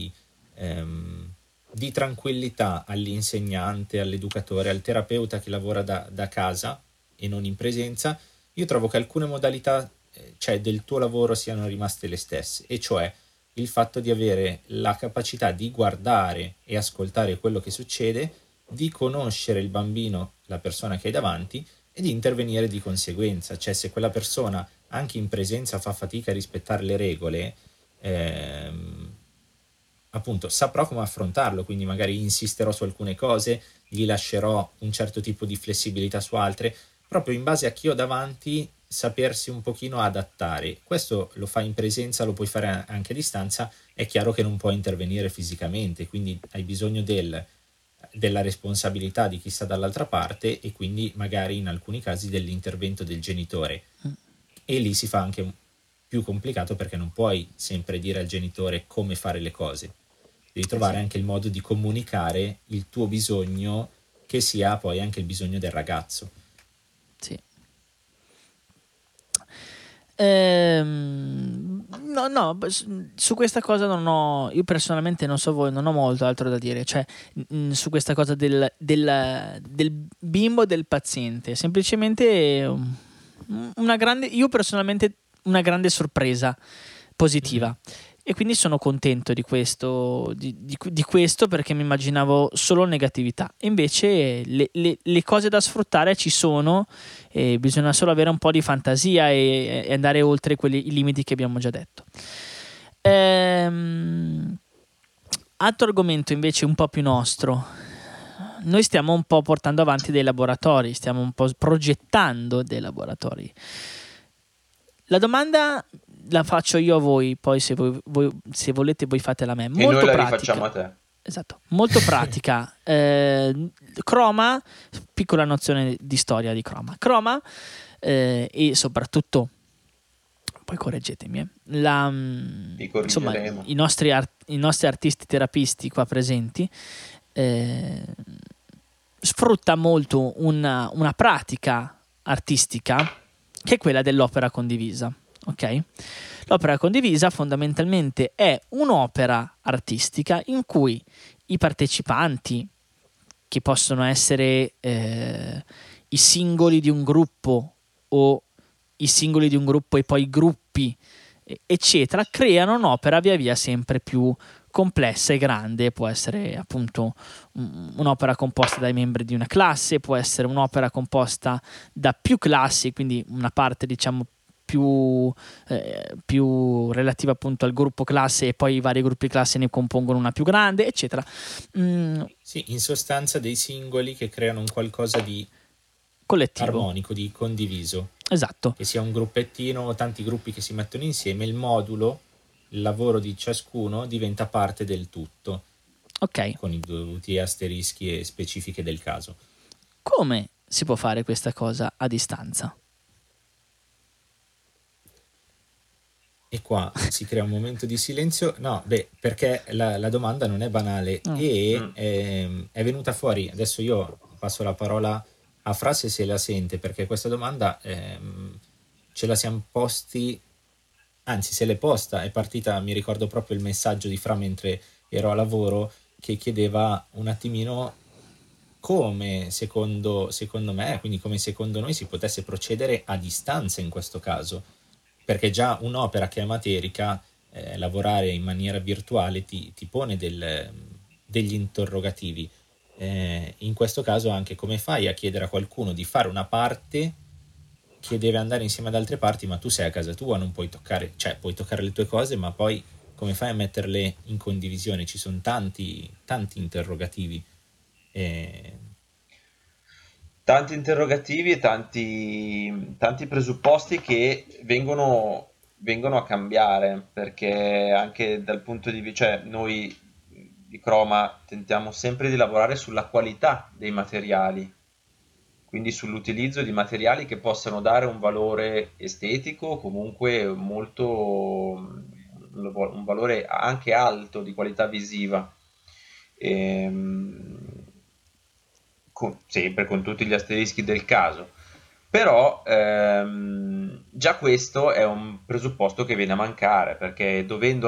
di tranquillità all'insegnante, all'educatore, al terapeuta che lavora da casa e non in presenza, io trovo che alcune modalità, cioè del tuo lavoro siano rimaste le stesse, e cioè il fatto di avere la capacità di guardare e ascoltare quello che succede, di conoscere il bambino, la persona che hai davanti, e di intervenire di conseguenza. Cioè, se quella persona anche in presenza fa fatica a rispettare le regole, ehm, appunto saprò come affrontarlo, quindi magari insisterò su alcune cose, gli lascerò un certo tipo di flessibilità su altre, proprio in base a chi ho davanti, sapersi un pochino adattare. Questo lo fai in presenza, lo puoi fare anche a distanza, è chiaro che non puoi intervenire fisicamente, quindi hai bisogno della responsabilità di chi sta dall'altra parte, e quindi magari in alcuni casi dell'intervento del genitore, e lì si fa anche più complicato perché non puoi sempre dire al genitore come fare le cose, devi trovare Sì, anche il modo di comunicare il tuo bisogno, che sia poi anche il bisogno del ragazzo. sì. No, no, su questa cosa non ho, io personalmente non so voi, non ho molto altro da dire, cioè su questa cosa del bimbo e del paziente, semplicemente una grande, io personalmente una grande sorpresa Mhm. positiva. E quindi sono contento di questo, di questo perché mi immaginavo solo negatività. E invece le cose da sfruttare ci sono, e bisogna solo avere un po' di fantasia e andare oltre i limiti che abbiamo già detto. Ehm, Altro argomento invece un po' più nostro. Noi stiamo un po' portando avanti dei laboratori, stiamo un po' progettando dei laboratori. La domanda la faccio io a voi, poi se volete voi fatela a me. E noi Molto la rifacciamo pratica. a te. Esatto, molto pratica. Chroma, piccola nozione di storia di Chroma. Chroma e soprattutto, poi correggetemi, Ti insomma, corrigeremo. i nostri artisti terapisti qua presenti eh, sfrutta molto una pratica artistica che è quella dell'opera condivisa. Ok? L'opera condivisa fondamentalmente è un'opera artistica in cui i partecipanti, che possono essere i singoli di un gruppo o i singoli di un gruppo e poi gruppi, eccetera, creano un'opera via via sempre più complessa e grande. Può essere appunto un'opera composta dai membri di una classe, può essere un'opera composta da più classi, quindi una parte diciamo più relativa appunto al gruppo classe, e poi i vari gruppi classe ne compongono una più grande, eccetera. Mm, Sì, in sostanza dei singoli che creano un qualcosa di collettivo, armonico, di condiviso, esatto. che sia un gruppettino o tanti gruppi che si mettono insieme, il modulo, il lavoro di ciascuno diventa parte del tutto, Ok, con i dovuti asterischi e specifiche del caso. come si può fare questa cosa a distanza? E qua si crea un momento di silenzio. No, beh, perché la domanda non è banale, Mm. e Mm. è venuta fuori. Adesso io passo la parola a Fra se la sente, perché questa domanda ce la siamo posti, anzi se l'è posta, è partita, mi ricordo proprio il messaggio di Fra mentre ero a lavoro, che chiedeva un attimino come secondo me, quindi come secondo noi si potesse procedere a distanza in questo caso, perché già un'opera che è materica, lavorare in maniera virtuale ti pone degli interrogativi. In questo caso anche come fai a chiedere a qualcuno di fare una parte che deve andare insieme ad altre parti, ma tu sei a casa tua, non puoi toccare, cioè puoi toccare le tue cose, ma poi come fai a metterle in condivisione? Ci sono tanti interrogativi. Eh, Tanti interrogativi e tanti presupposti che vengono a cambiare, perché anche dal punto di vista, cioè noi di Croma tentiamo sempre di lavorare sulla qualità dei materiali, quindi sull'utilizzo di materiali che possano dare un valore estetico, comunque un valore anche alto di qualità visiva. Ehm, sempre con tutti gli asterischi del caso. Però già questo è un presupposto che viene a mancare, perché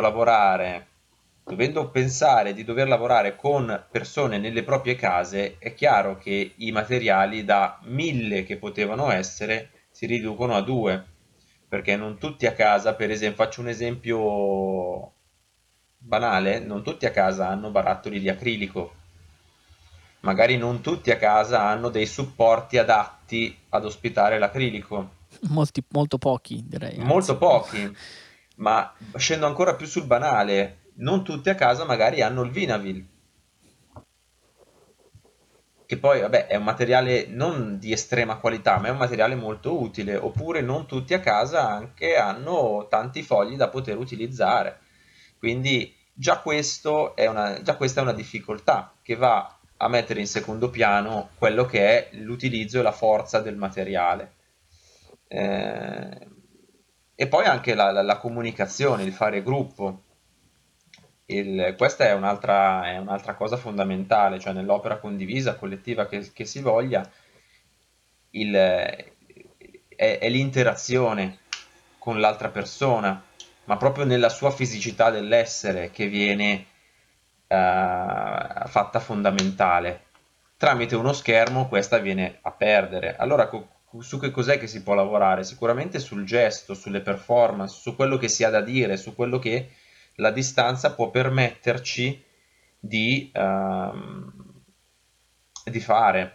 dovendo pensare di dover lavorare con persone nelle proprie case, è chiaro che i materiali da 1000 che potevano essere si riducono a 2, perché non tutti a casa, per esempio, faccio un esempio banale, non tutti a casa hanno barattoli di acrilico, magari non tutti a casa hanno dei supporti adatti ad ospitare l'acrilico, Molto pochi, direi, anzi. molto pochi, ma scendo ancora più sul banale, non tutti a casa magari hanno il Vinavil, che poi vabbè è un materiale non di estrema qualità, ma è un materiale molto utile, oppure non tutti a casa anche hanno tanti fogli da poter utilizzare. Quindi già questa è una difficoltà che va a mettere in secondo piano quello che è l'utilizzo e la forza del materiale. Eh, e poi anche la comunicazione, il fare gruppo. Questa è un'altra cosa fondamentale, cioè nell'opera condivisa, collettiva che si voglia, è l'interazione con l'altra persona, ma proprio nella sua fisicità dell'essere che viene fatta fondamentale. Tramite uno schermo questa viene a perdere. Allora, su che cos'è che si può lavorare? Sicuramente sul gesto, sulle performance, su quello che si ha da dire, su quello che la distanza può permetterci di fare.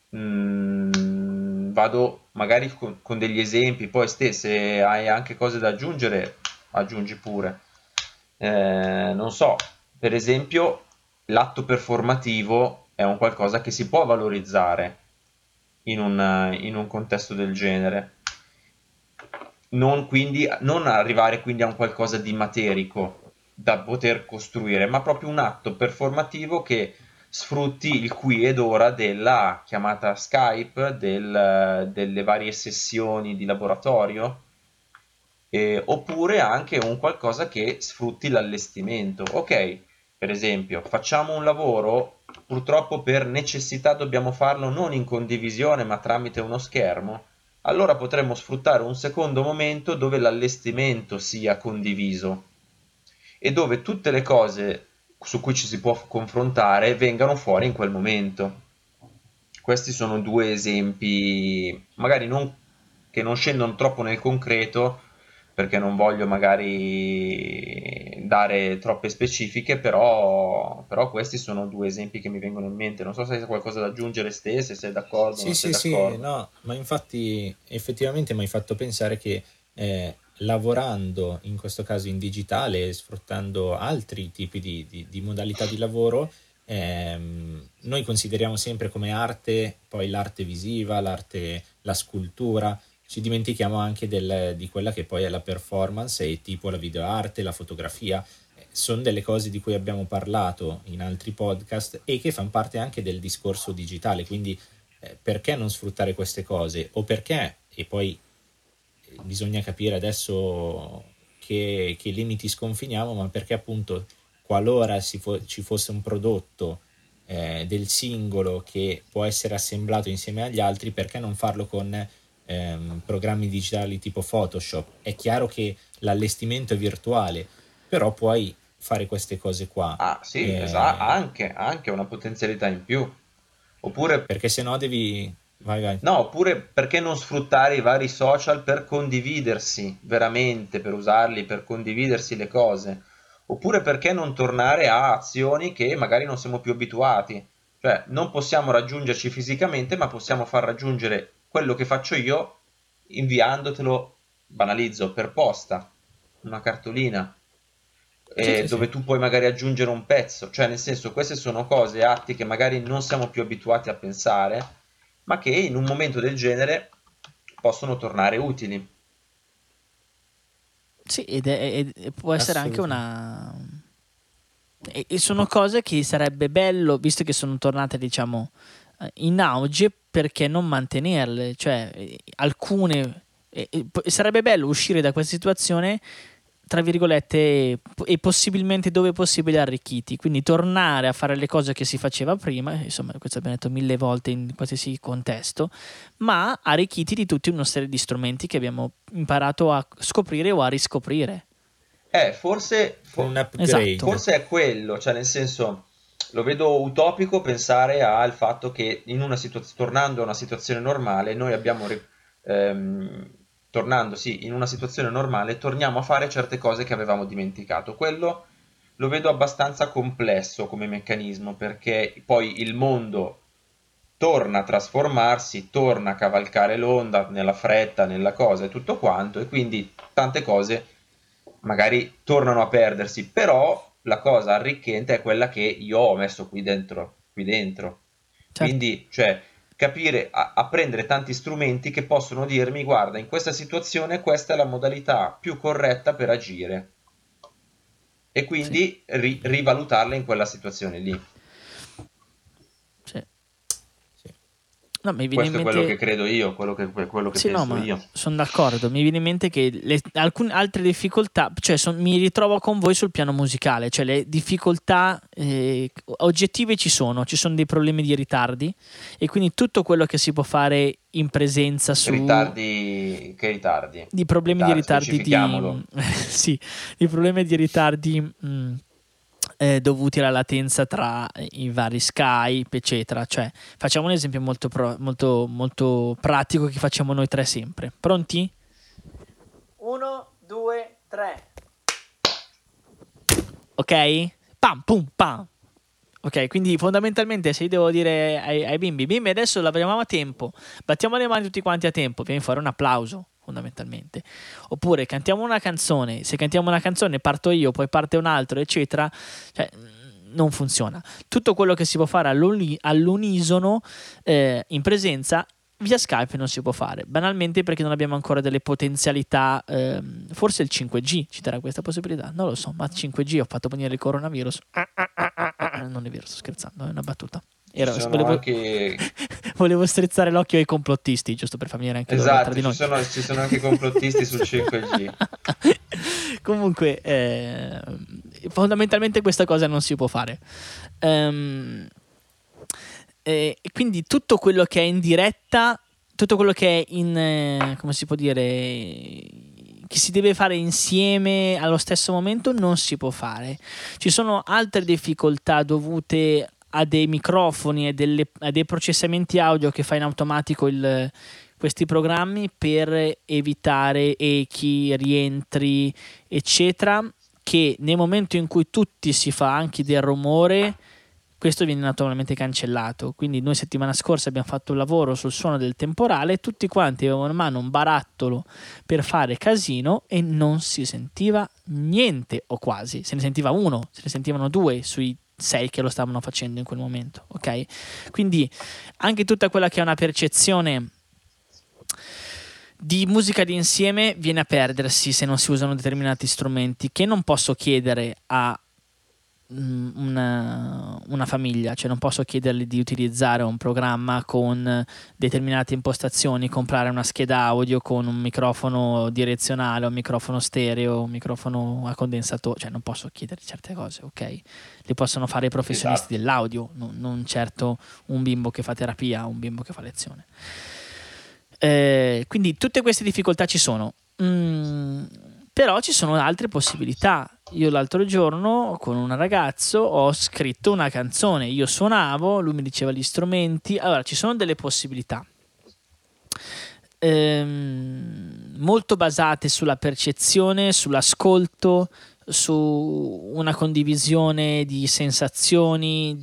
Vado magari con degli esempi, poi se hai anche cose da aggiungere, aggiungi pure. Non so, per esempio, l'atto performativo è un qualcosa che si può valorizzare in un contesto del genere. Non arrivare quindi a un qualcosa di materico da poter costruire, ma proprio un atto performativo che sfrutti il qui ed ora della chiamata Skype, delle varie sessioni di laboratorio, oppure anche un qualcosa che sfrutti l'allestimento. Ok, per esempio, facciamo un lavoro, purtroppo per necessità dobbiamo farlo non in condivisione, ma tramite uno schermo. Allora potremmo sfruttare un secondo momento dove l'allestimento sia condiviso e dove tutte le cose su cui ci si può confrontare vengano fuori in quel momento. Questi sono due esempi, magari che non scendono troppo nel concreto, perché non voglio magari dare troppe specifiche, però questi sono due esempi che mi vengono in mente. Non so se hai qualcosa da aggiungere te, se sei d'accordo o Sì, non sei sì, sì, d'accordo. no, ma infatti effettivamente mi hai fatto pensare che lavorando in questo caso in digitale, sfruttando altri tipi di modalità di lavoro, noi consideriamo sempre come arte poi l'arte visiva, l'arte, la scultura, ci dimentichiamo anche di quella che poi è la performance e tipo la videoarte, la fotografia. Sono delle cose di cui abbiamo parlato in altri podcast e che fanno parte anche del discorso digitale, quindi perché non sfruttare queste cose o perché, e poi bisogna capire adesso che limiti sconfiniamo, ma perché appunto qualora ci fosse un prodotto del singolo che può essere assemblato insieme agli altri, perché non farlo con programmi digitali tipo Photoshop? È chiaro che l'allestimento è virtuale, però puoi fare queste cose qua. Ah, sì, esatto, anche una potenzialità in più. Oppure Perché se no devi... Vai, vai. No, oppure perché non sfruttare i vari social per condividersi veramente, per usarli per condividersi le cose? Oppure perché non tornare a azioni che magari non siamo più abituati? Cioè, non possiamo raggiungerci fisicamente, ma possiamo far raggiungere quello che faccio io inviandotelo, banalizzo, per posta, una cartolina, Sì, sì, sì. dove tu puoi magari aggiungere un pezzo. Cioè, nel senso, queste sono cose, atti che magari non siamo più abituati a pensare ma che in un momento del genere possono tornare utili. Sì, e può essere anche Assolutamente. una... E sono cose che sarebbe bello, visto che sono tornate, diciamo, in auge, perché non mantenerle? Cioè, alcune sarebbe bello uscire da questa situazione, tra virgolette, e possibilmente dove possibile arricchiti, quindi tornare a fare le cose che si faceva prima, insomma questo abbiamo detto 1000 volte in qualsiasi contesto, ma arricchiti di tutta una serie di strumenti che abbiamo imparato a scoprire o a riscoprire. Forse, Un upgrade. Esatto. forse è quello, cioè nel senso, lo vedo utopico pensare al fatto che tornando a una situazione normale, noi abbiamo, tornando sì, in una situazione normale, torniamo a fare certe cose che avevamo dimenticato. Quello lo vedo abbastanza complesso come meccanismo, perché poi il mondo torna a trasformarsi, torna a cavalcare l'onda nella fretta, nella cosa e tutto quanto, e quindi tante cose magari tornano a perdersi, però la cosa arricchente è quella che io ho messo qui dentro, qui dentro. Certo. Quindi, cioè, capire, a prendere tanti strumenti che possono dirmi, guarda, in questa situazione questa è la modalità più corretta per agire, e quindi rivalutarla in quella situazione lì. Sì. Sì. No, mi viene in Questo è mente... quello che credo io, quello che Sì, no, penso ma io. sono d'accordo. Mi viene in mente che alcune altre difficoltà, cioè mi ritrovo con voi sul piano musicale, cioè le difficoltà oggettive ci sono dei problemi di ritardi, e quindi tutto quello che si può fare in presenza su Ritardi, che ritardi? di problemi di ritardi Specifichiamolo. sì, di problemi di ritardi dovuti alla latenza tra i vari Skype, eccetera. Cioè, facciamo un esempio molto, molto pratico che facciamo noi tre sempre. Pronti? 1, 2, 3. Ok? Pam, pum, pam. Ok, quindi fondamentalmente se io devo dire ai bimbi, adesso lavoriamo a tempo, battiamo le mani tutti quanti a tempo, viene fuori un applauso, fondamentalmente. Oppure cantiamo una canzone, se cantiamo una canzone parto io, poi parte un altro, eccetera, cioè non funziona. Tutto quello che si può fare all'unisono in presenza via Skype non si può fare, banalmente perché non abbiamo ancora delle potenzialità. Forse il 5G ci darà questa possibilità, non lo so, ma 5G ho fatto venire il coronavirus. Non è vero, sto scherzando, è una battuta. Volevo strizzare l'occhio ai complottisti, giusto per farmi anche loro tra Esatto, di noi. ci sono anche complottisti sul 5G. Comunque, fondamentalmente questa cosa non si può fare. E quindi tutto quello che è in diretta, tutto quello che è in, come si può dire, che si deve fare insieme allo stesso momento, non si può fare. Ci sono altre difficoltà dovute a dei microfoni e a dei processamenti audio che fa in automatico questi programmi per evitare echi, rientri, eccetera, che nel momento in cui tutti si fa anche del rumore, questo viene naturalmente cancellato. Quindi noi settimana scorsa abbiamo fatto un lavoro sul suono del temporale, tutti quanti avevano in mano un barattolo per fare casino e non si sentiva niente, o quasi. Se ne sentiva uno, se ne sentivano due sui 6 che lo stavano facendo in quel momento, ok? Quindi anche tutta quella che è una percezione di musica d'insieme viene a perdersi se non si usano determinati strumenti, che non posso chiedere a una famiglia, cioè non posso chiedergli di utilizzare un programma con determinate impostazioni, comprare una scheda audio con un microfono direzionale, un microfono stereo, un microfono a condensatore, cioè non posso chiedere certe cose, ok? Le possono fare i professionisti dell'audio, non certo un bimbo che fa terapia, un bimbo che fa lezione. Quindi tutte queste difficoltà ci sono. Però ci sono altre possibilità. Io l'altro giorno con un ragazzo ho scritto una canzone, io suonavo, lui mi diceva gli strumenti. Allora ci sono delle possibilità molto basate sulla percezione, sull'ascolto, su una condivisione di sensazioni,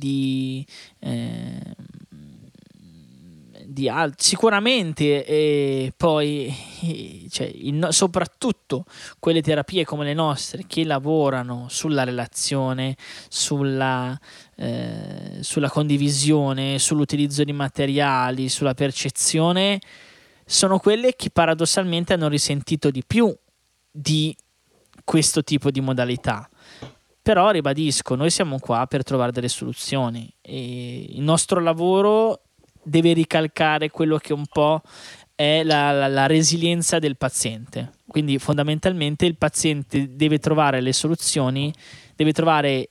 sicuramente, e poi cioè, soprattutto quelle terapie come le nostre che lavorano sulla relazione, sulla condivisione, sull'utilizzo di materiali, sulla percezione, sono quelle che paradossalmente hanno risentito di più di questo tipo di modalità. Però ribadisco, noi siamo qua per trovare delle soluzioni e il nostro lavoro deve ricalcare quello che un po' è la resilienza del paziente. Quindi fondamentalmente il paziente deve trovare le soluzioni, deve trovare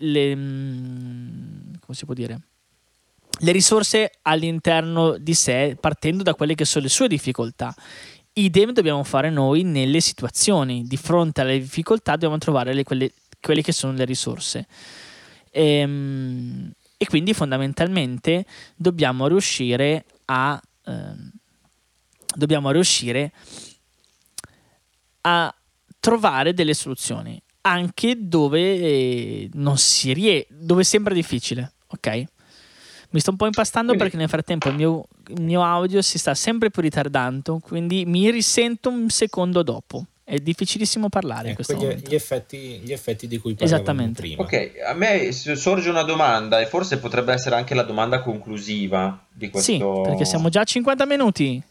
come si può dire? Le risorse all'interno di sé, partendo da quelle che sono le sue difficoltà. Idem dobbiamo fare noi nelle situazioni. Di fronte alle difficoltà dobbiamo trovare quelle che sono le risorse. E quindi fondamentalmente dobbiamo riuscire a trovare delle soluzioni anche dove non si dove sembra difficile, ok? Mi sto un po' impastando perché nel frattempo il mio audio si sta sempre più ritardando, quindi mi risento un secondo dopo. È difficilissimo parlare in questo momento. Gli effetti di cui parlavamo prima. Ok, a me sorge una domanda, e forse potrebbe essere anche la domanda conclusiva di questo. Sì, perché siamo già a 50 minuti.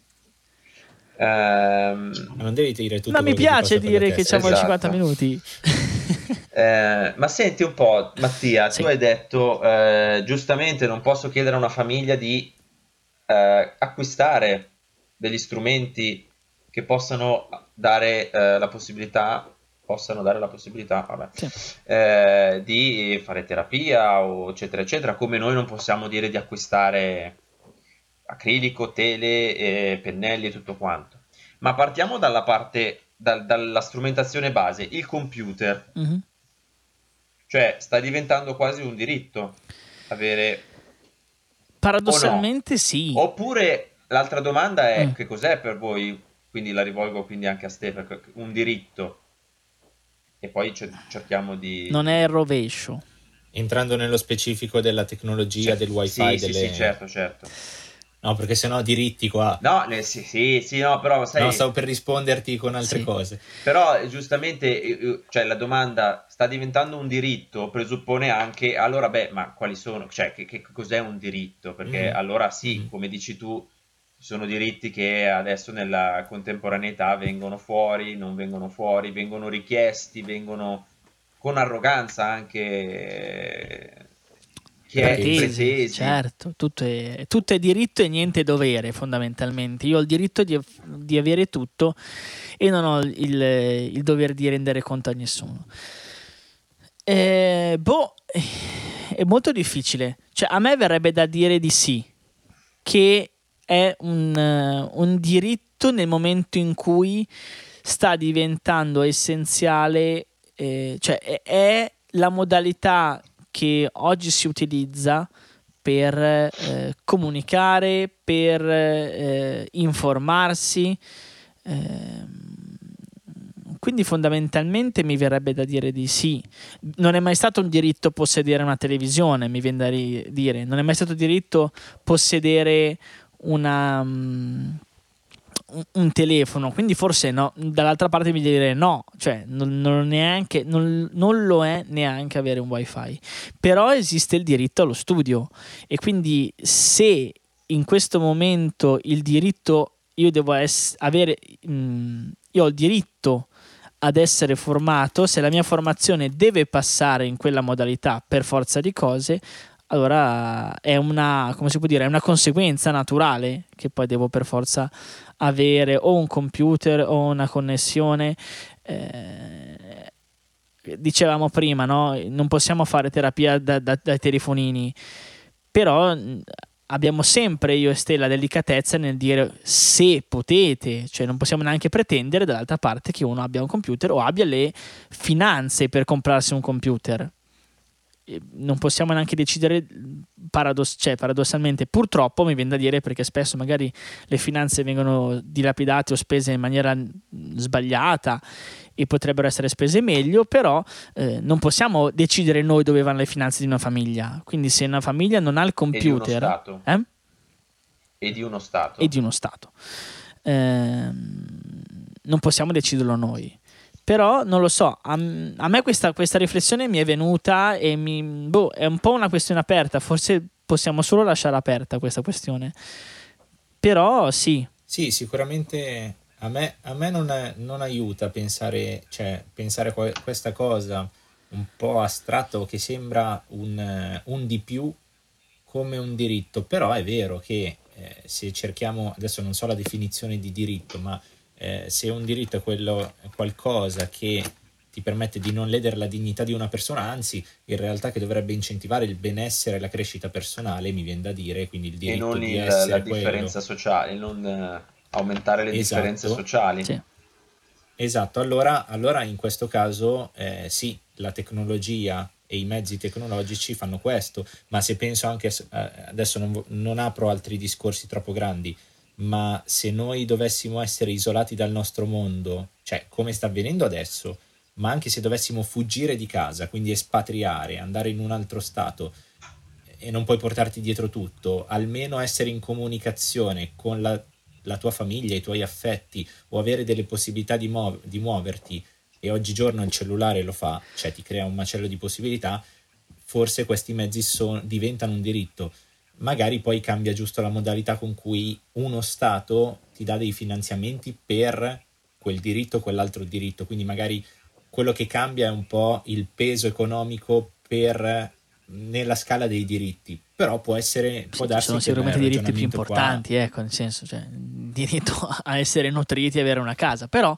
Non devi dire tutto. Ma mi piace dire che siamo a 50 Esatto. minuti. Ma senti un po', Mattia, Sì. tu hai detto giustamente non posso chiedere a una famiglia di acquistare degli strumenti che possano dare la possibilità, vabbè, Sì. di fare terapia o eccetera eccetera, come noi non possiamo dire di acquistare acrilico, tele, pennelli e tutto quanto. Ma partiamo dalla parte, dalla strumentazione base, il computer. Mhm. Cioè, sta diventando quasi un diritto avere. Paradossalmente o no? sì. Oppure l'altra domanda è che cos'è per voi, quindi la rivolgo quindi anche a Stefano, un diritto? E poi cerchiamo di. Non è il rovescio. Entrando nello specifico della tecnologia, del wifi, sì, certo. No, perché sennò diritti qua. No, sì, no, però sai. No, stavo per risponderti con altre cose. Però giustamente, cioè la domanda sta diventando un diritto, presuppone anche, allora ma quali sono? Cioè, che cos'è un diritto? Perché allora sì, come dici tu, ci sono diritti che adesso nella contemporaneità vengono fuori, non vengono fuori, vengono richiesti, vengono con arroganza anche pretesi. Certo, tutto è diritto e niente dovere fondamentalmente. Io ho il diritto di avere tutto e non ho il dovere di rendere conto a nessuno. È molto difficile. Cioè, a me verrebbe da dire di sì, che è un diritto nel momento in cui sta diventando essenziale, cioè è la modalità che oggi si utilizza per comunicare, per informarsi. Quindi fondamentalmente mi verrebbe da dire di sì. Non è mai stato un diritto possedere una televisione, mi viene da dire. Non è mai stato diritto possedere un telefono, quindi forse no. Dall'altra parte mi dire no, cioè non lo è neanche avere un wifi. Però esiste il diritto allo studio, e quindi se in questo momento il diritto io ho il diritto ad essere formato, se la mia formazione deve passare in quella modalità per forza di cose, allora è una conseguenza naturale che poi devo per forza avere o un computer o una connessione. Dicevamo prima, no? Non possiamo fare terapia dai telefonini, però abbiamo sempre, io e Ste, la delicatezza nel dire se potete, cioè non possiamo neanche pretendere dall'altra parte che uno abbia un computer o abbia le finanze per comprarsi un computer. Non possiamo neanche decidere, paradossalmente, purtroppo mi viene da dire, perché spesso magari le finanze vengono dilapidate o spese in maniera sbagliata e potrebbero essere spese meglio, però non possiamo decidere noi dove vanno le finanze di una famiglia. Quindi se una famiglia non ha il computer e di uno Stato non possiamo deciderlo noi. Però non lo so, a me questa riflessione mi è venuta e è un po' una questione aperta, forse possiamo solo lasciare aperta questa questione, però sì. Sì, sicuramente a me non aiuta pensare questa cosa un po' astratto che sembra un di più come un diritto, però è vero che se cerchiamo, adesso non so la definizione di diritto, ma se un diritto è qualcosa che ti permette di non ledere la dignità di una persona, anzi in realtà che dovrebbe incentivare il benessere e la crescita personale, mi viene da dire, quindi il diritto non di essere la differenza sociale, non aumentare le differenze sociali. Sì. Esatto, allora in questo caso sì, la tecnologia e i mezzi tecnologici fanno questo, ma se penso anche, adesso non apro altri discorsi troppo grandi, ma se noi dovessimo essere isolati dal nostro mondo, cioè come sta avvenendo adesso, ma anche se dovessimo fuggire di casa, quindi espatriare, andare in un altro stato e non puoi portarti dietro tutto, almeno essere in comunicazione con la tua famiglia, i tuoi affetti, o avere delle possibilità di muoverti, e oggigiorno il cellulare lo fa, cioè ti crea un macello di possibilità, forse questi mezzi diventano un diritto. Magari poi cambia giusto la modalità con cui uno Stato ti dà dei finanziamenti per quel diritto o quell'altro diritto, quindi magari quello che cambia è un po' il peso economico nella scala dei diritti, però può darsi sono che sicuramente il diritti più ragionamento importanti, ecco, nel senso, cioè, il diritto a essere nutriti e avere una casa, però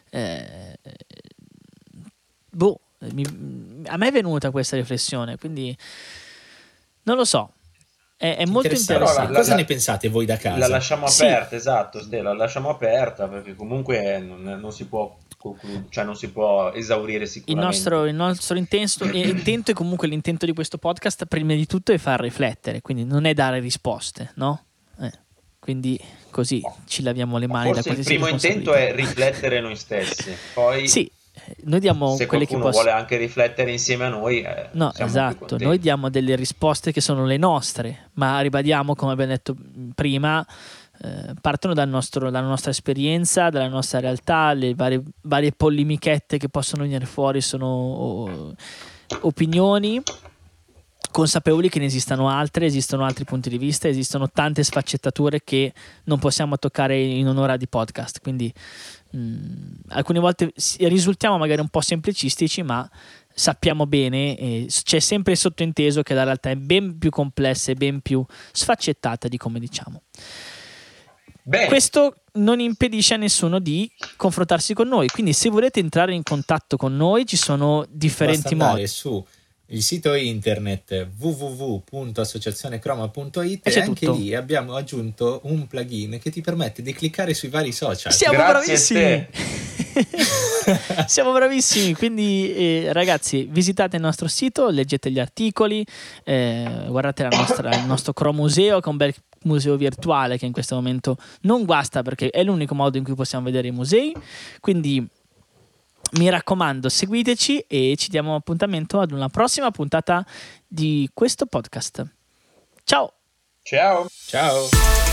a me è venuta questa riflessione, quindi non lo so, è molto interessante. Cosa ne pensate voi da casa? La lasciamo aperta, esatto, la lasciamo aperta perché comunque non si può cioè non si può esaurire sicuramente. Il nostro intento e comunque l'intento di questo podcast prima di tutto è far riflettere, quindi non è dare risposte, no? Quindi così ci laviamo le mani da qualsiasi responsabilità. Il primo intento è riflettere noi stessi, poi sì, noi diamo se quelle qualcuno vuole anche riflettere insieme a noi, no, esatto, noi diamo delle risposte che sono le nostre, ma ribadiamo, come abbiamo detto prima, partono dalla nostra esperienza, dalla nostra realtà. Le varie polemichette che possono venire fuori sono opinioni, consapevoli che ne esistono altri punti di vista, esistono tante sfaccettature che non possiamo toccare in un'ora di podcast, quindi alcune volte risultiamo magari un po' semplicistici, ma sappiamo bene, c'è sempre il sottointeso che la realtà è ben più complessa e ben più sfaccettata di come diciamo. Bene. Questo non impedisce a nessuno di confrontarsi con noi, quindi se volete entrare in contatto con noi ci sono differenti modi. Su il sito internet www.associazionecroma.it e anche tutto. Lì abbiamo aggiunto un plugin che ti permette di cliccare sui vari social. Siamo bravissimi! Siamo bravissimi, quindi ragazzi, visitate il nostro sito, leggete gli articoli, guardate il nostro Chrome Museo, che è un bel museo virtuale che in questo momento non guasta perché è l'unico modo in cui possiamo vedere i musei, quindi mi raccomando, seguiteci e ci diamo appuntamento ad una prossima puntata di questo podcast. Ciao! Ciao! Ciao!